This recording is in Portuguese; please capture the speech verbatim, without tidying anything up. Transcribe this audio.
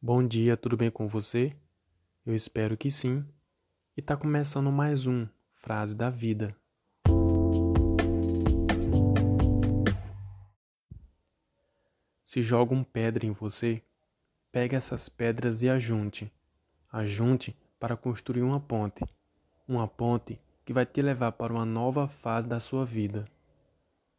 Bom dia, tudo bem com você? Eu espero que sim. E tá começando mais um Frase da Vida. Se jogam pedra em você, pegue essas pedras e ajunte. Ajunte para construir uma ponte. Uma ponte que vai te levar para uma nova fase da sua vida.